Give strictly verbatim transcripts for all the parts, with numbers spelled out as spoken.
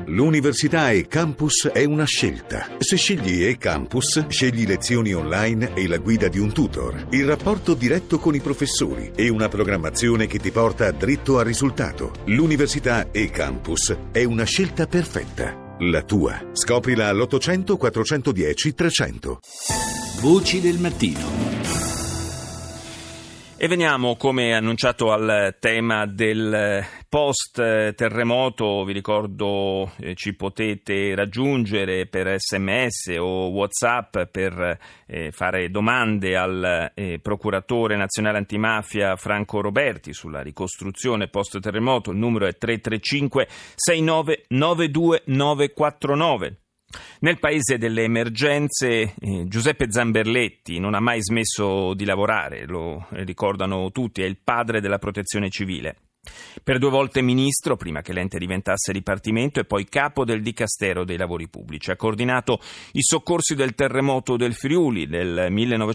L'università e-Campus è una scelta. Se scegli e-Campus, scegli lezioni online e la guida di un tutor, il rapporto diretto con i professori e una programmazione che ti porta dritto al risultato. L'università e-Campus è una scelta perfetta. La tua. Scoprila all'ottocento quattrocentodieci trecento. Voci del mattino. E veniamo, come annunciato, al tema del post-terremoto. Vi ricordo eh, ci potete raggiungere per sms o WhatsApp per eh, fare domande al eh, procuratore nazionale antimafia Franco Roberti sulla ricostruzione post-terremoto. Il numero è tre tre cinque sei nove nove due nove quattro nove. Nel paese delle emergenze eh, Giuseppe Zamberletti non ha mai smesso di lavorare, lo ricordano tutti, è il padre della protezione civile. Per due volte ministro, prima che l'ente diventasse dipartimento, e poi capo del Dicastero dei Lavori Pubblici. Ha coordinato i soccorsi del terremoto del Friuli del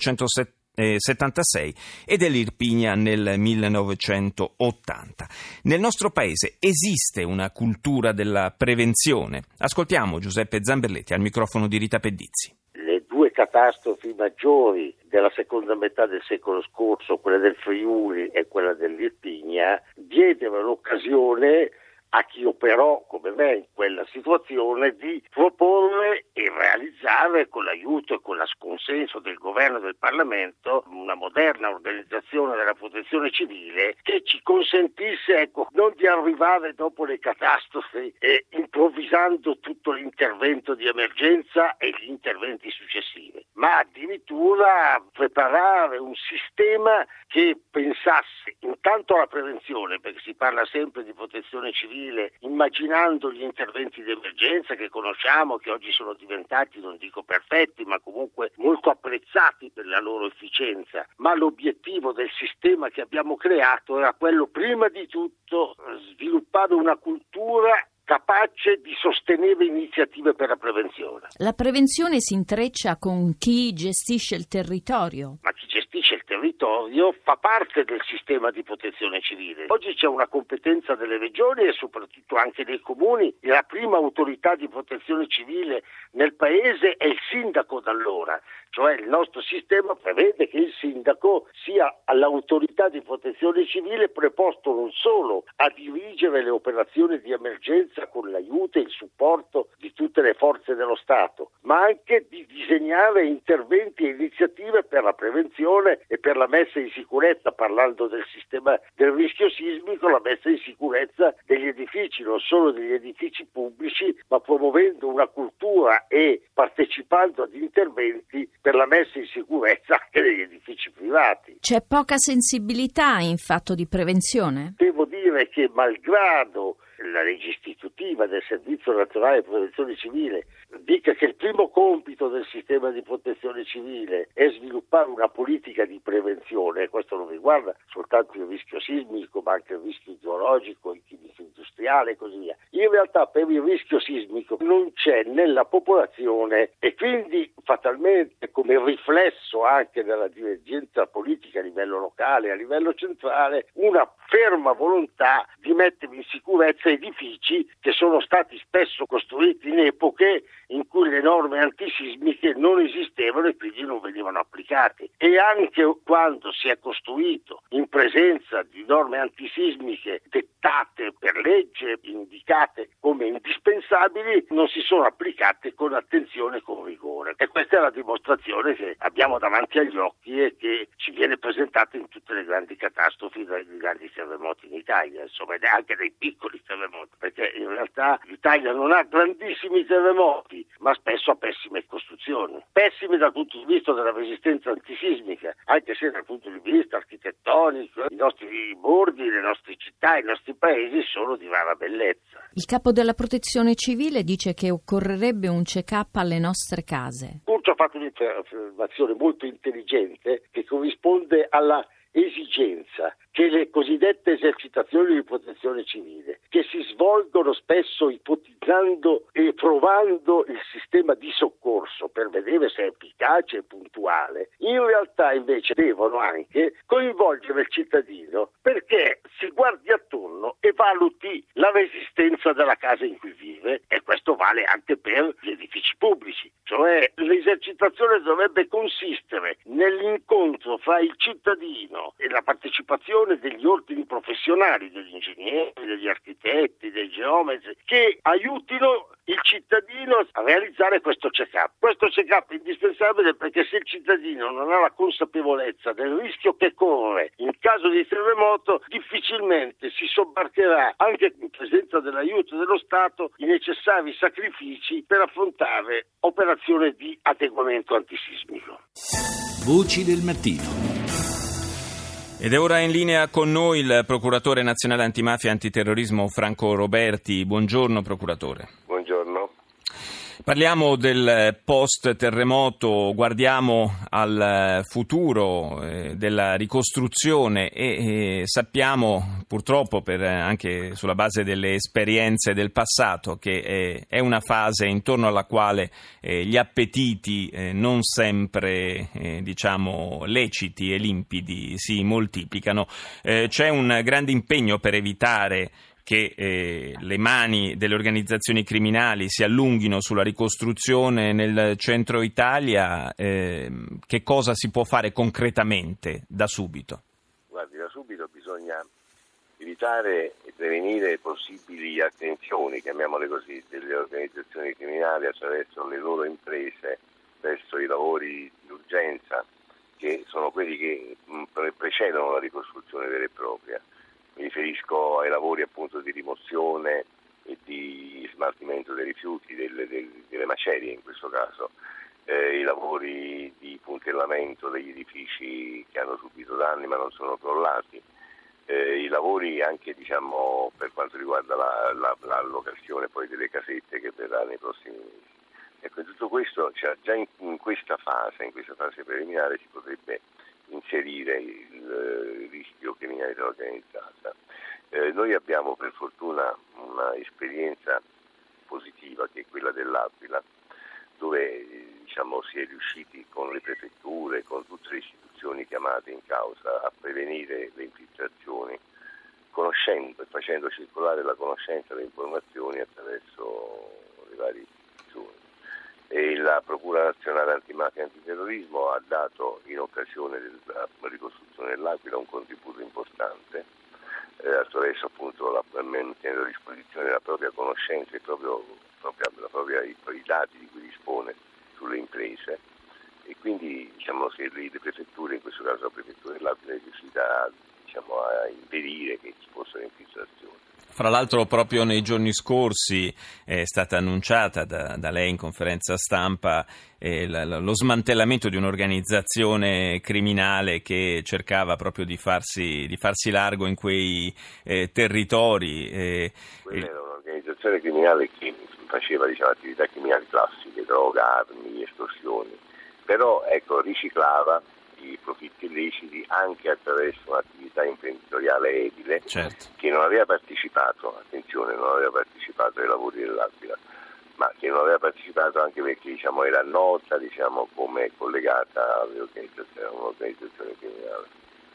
millenovecentosettantasei e dell'Irpinia nel millenovecentottanta. Nel nostro paese esiste una cultura della prevenzione. Ascoltiamo Giuseppe Zamberletti al microfono di Rita Pedizzi. Le due catastrofi maggiori della seconda metà del secolo scorso, quella del Friuli e quella dell'Irpinia, diedero l'occasione a chi operò come me in quella situazione di proporre e realizzare, con l'aiuto e con il consenso del governo e del Parlamento, una moderna organizzazione della protezione civile che ci consentisse, ecco, non di arrivare dopo le catastrofi e improvvisando tutto l'intervento di emergenza e gli interventi successivi, ma addirittura preparare un sistema che pensasse intanto alla prevenzione, perché si parla sempre di protezione civile immaginando gli interventi di emergenza che conosciamo, che oggi sono diventati, non dico perfetti, ma comunque molto apprezzati per la loro efficienza. Ma l'obiettivo del sistema che abbiamo creato era quello, prima di tutto, sviluppare una cultura capace di sostenere iniziative per la prevenzione. La prevenzione si intreccia con chi gestisce il territorio. Ma chi gestisce il territorio fa parte del sistema di protezione civile. Oggi c'è una competenza delle regioni e soprattutto anche dei comuni. La prima autorità di protezione civile nel paese è il sindaco d'allora. Cioè il nostro sistema prevede che il sindaco sia all'autorità di protezione civile preposto non solo a dirigere le operazioni di emergenza con l'aiuto e il supporto di tutte le forze dello Stato, ma anche di disegnare interventi e iniziative per la prevenzione e per la messa in sicurezza, parlando del sistema del rischio sismico, la messa in sicurezza degli edifici, non solo degli edifici pubblici, ma promuovendo una cultura e partecipando ad interventi per la messa in sicurezza anche degli edifici privati. C'è poca sensibilità in fatto di prevenzione? Devo dire che malgrado la legge istitutiva del Servizio Nazionale di Protezione Civile dica che il primo compito del sistema di protezione civile è sviluppare una politica di prevenzione, e questo non riguarda soltanto il rischio sismico ma anche il rischio idrogeologico, il chimico industriale e così via. In realtà per il rischio sismico non c'è nella popolazione, e quindi fatalmente come riflesso anche della dirigenza politica a livello locale, a livello centrale, una ferma volontà di mettere in sicurezza edifici che sono stati spesso costruiti in epoche in cui le norme antisismiche non esistevano e quindi non venivano applicate. E anche quando si è costruito in presenza di norme antisismiche dettate per legge, indicate come indispensabili, non si sono applicate con attenzione e con rigore. E questa è la dimostrazione che abbiamo davanti agli occhi e che ci viene presentata in tutte le grandi catastrofi, dai grandi terremoti in Italia, insomma, ed anche dei piccoli terremoti, perché in realtà l'Italia non ha grandissimi terremoti, ma spesso ha pessime costruzioni, pessime dal punto di vista della resistenza antisismica, anche se dal punto di vista architettonico i nostri borghi, le nostre città, i nostri paesi sono di rara bellezza. Il capo della protezione civile dice che occorrerebbe un check-up alle nostre case. Curcio ha fatto un'affermazione molto intelligente che corrisponde alla esigenza che le cosiddette esercitazioni di protezione civile, che si svolgono spesso ipotizzando e provando il sistema di soccorso per vedere se è efficace e puntuale, in realtà invece devono anche coinvolgere il cittadino perché si guardi attorno e valuti la resistenza della casa in cui vive, e questo vale anche per gli edifici pubblici. Cioè l'esercitazione dovrebbe consistere nell'incontro fra il cittadino e la partecipazione degli ordini professionali, degli ingegneri, degli architetti, dei geometri, che aiutino il cittadino a realizzare questo check-up. Questo check-up è indispensabile perché se il cittadino non ha la consapevolezza del rischio che corre in caso di terremoto, difficilmente si sobbarcherà, anche in presenza dell'aiuto dello Stato, i necessari sacrifici per affrontare operazioni di adeguamento antisismico. Voci del mattino. Ed è ora in linea con noi il procuratore nazionale antimafia e antiterrorismo Franco Roberti. Buongiorno procuratore. Buongiorno. Parliamo del post-terremoto, guardiamo al futuro eh, della ricostruzione e eh, sappiamo purtroppo, per, anche sulla base delle esperienze del passato, che eh, è una fase intorno alla quale eh, gli appetiti eh, non sempre eh, diciamo leciti e limpidi si moltiplicano. Eh, c'è un grande impegno per evitare che eh, le mani delle organizzazioni criminali si allunghino sulla ricostruzione nel centro Italia. Eh, che cosa si può fare concretamente da subito? Guardi, da subito bisogna evitare e prevenire possibili attenzioni, chiamiamole così, delle organizzazioni criminali attraverso le loro imprese verso i lavori di urgenza, che sono quelli che mh, precedono la ricostruzione vera e propria. Mi riferisco ai lavori appunto di rimozione e di smaltimento dei rifiuti, delle, delle, delle macerie in questo caso, eh, i lavori di puntellamento degli edifici che hanno subito danni ma non sono crollati, eh, i lavori anche diciamo per quanto riguarda la, la, l'allocazione poi delle casette che verrà nei prossimi mesi. Ecco, in tutto questo, cioè, già in, in questa fase, in questa fase preliminare si potrebbe inserire il rischio criminalità organizzata. Eh, noi abbiamo per fortuna una esperienza positiva che è quella dell'Aquila, dove diciamo si è riusciti con le prefetture, con tutte le istituzioni chiamate in causa a prevenire le infiltrazioni, conoscendo e facendo circolare la conoscenza e le informazioni attraverso le varie istituzioni. E la Procura Nazionale Antimafia e Antiterrorismo ha dato in occasione della ricostruzione dell'Aquila un contributo importante eh, attraverso appunto la, mettendo a disposizione la propria conoscenza e proprio, propria, la propria, i, i dati di cui dispone sulle imprese, e quindi diciamo se le, le prefetture, in questo caso la prefettura dell'Aquila, è riuscita a, diciamo, a impedire che ci fossero infiltrazioni. Fra l'altro proprio nei giorni scorsi è stata annunciata da, da lei in conferenza stampa eh, la, lo smantellamento di un'organizzazione criminale che cercava proprio di farsi, di farsi largo in quei eh, territori. Eh, Quella era un'organizzazione criminale che faceva diciamo, attività criminali classiche, droga, armi, estorsioni, però ecco, riciclava i profitti illeciti anche attraverso un'attività imprenditoriale edile, certo, che non aveva partecipato, attenzione, non aveva partecipato ai lavori dell'Aquila, ma che non aveva partecipato anche perché diciamo, era nota diciamo, come collegata alle organizzazioni, a un'organizzazione criminale.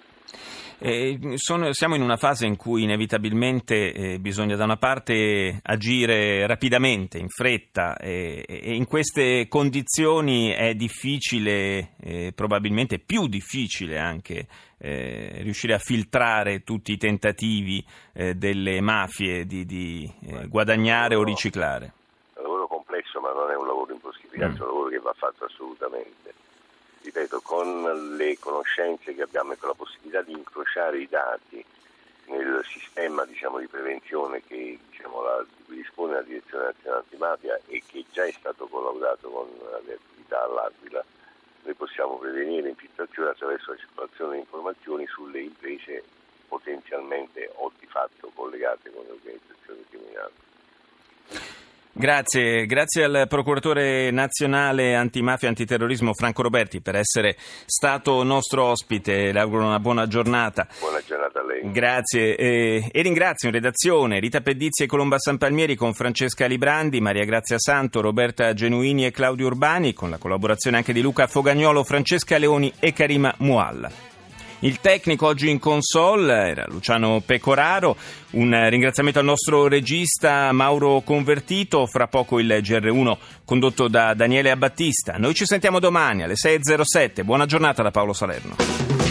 Eh, sono, siamo in una fase in cui inevitabilmente eh, bisogna da una parte agire rapidamente, in fretta, eh, e in queste condizioni è difficile, eh, probabilmente più difficile anche, eh, riuscire a filtrare tutti i tentativi eh, delle mafie di, di eh, guadagnare o riciclare. È un lavoro complesso, ma non è un lavoro impossibile, mm. è un lavoro che va fatto assolutamente. Ripeto, con le conoscenze che abbiamo e con la possibilità di incrociare i dati nel sistema diciamo, di prevenzione che diciamo, la, di cui dispone la Direzione Nazionale Antimafia e che già è stato collaudato con le attività all'Aquila, noi possiamo prevenire infiltrazioni attraverso la circolazione di informazioni sulle imprese potenzialmente o di fatto collegate con le organizzazioni criminali. Grazie, grazie al procuratore nazionale antimafia e antiterrorismo Franco Roberti per essere stato nostro ospite. Le auguro una buona giornata. Buona giornata a lei. Grazie e, e ringrazio in redazione Rita Pedizzi e Colomba Sanpalmieri con Francesca Librandi, Maria Grazia Santo, Roberta Genuini e Claudio Urbani, con la collaborazione anche di Luca Fogagnolo, Francesca Leoni e Karima Mualla. Il tecnico oggi in console era Luciano Pecoraro. Un ringraziamento al nostro regista Mauro Convertito. Fra poco il G R uno condotto da Daniele Abbattista. Noi ci sentiamo domani alle sei e zero sette. Buona giornata da Paolo Salerno.